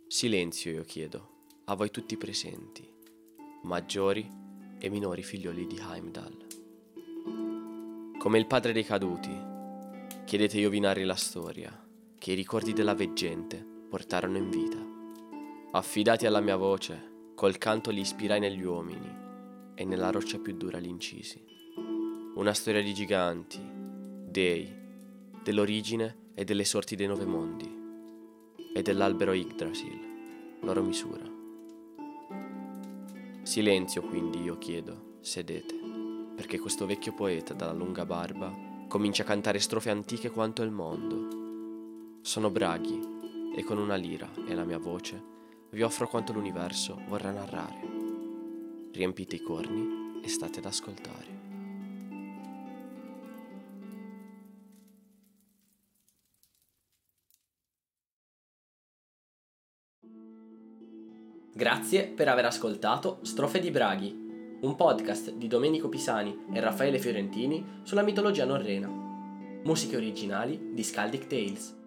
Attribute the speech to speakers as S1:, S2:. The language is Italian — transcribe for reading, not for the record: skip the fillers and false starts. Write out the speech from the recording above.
S1: Silenzio io chiedo, a voi tutti presenti, maggiori e minori figlioli di Heimdall. Come il padre dei caduti, chiedete io vi narri la storia che i ricordi della veggente portarono in vita. Affidati alla mia voce, col canto li ispirai negli uomini e nella roccia più dura li incisi. Una storia di giganti, dei, dell'origine e delle sorti dei 9 mondi e dell'albero Yggdrasil, loro misura. Silenzio quindi io chiedo, sedete, perché questo vecchio poeta dalla lunga barba comincia a cantare strofe antiche quanto il mondo. Sono Braghi e con una lira e la mia voce vi offro quanto l'universo vorrà narrare. Riempite i corni e state ad ascoltare.
S2: Grazie per aver ascoltato Strofe di Braghi, un podcast di Domenico Pisani e Raffaele Fiorentini sulla mitologia norrena. Musiche originali di Skaldic Tales.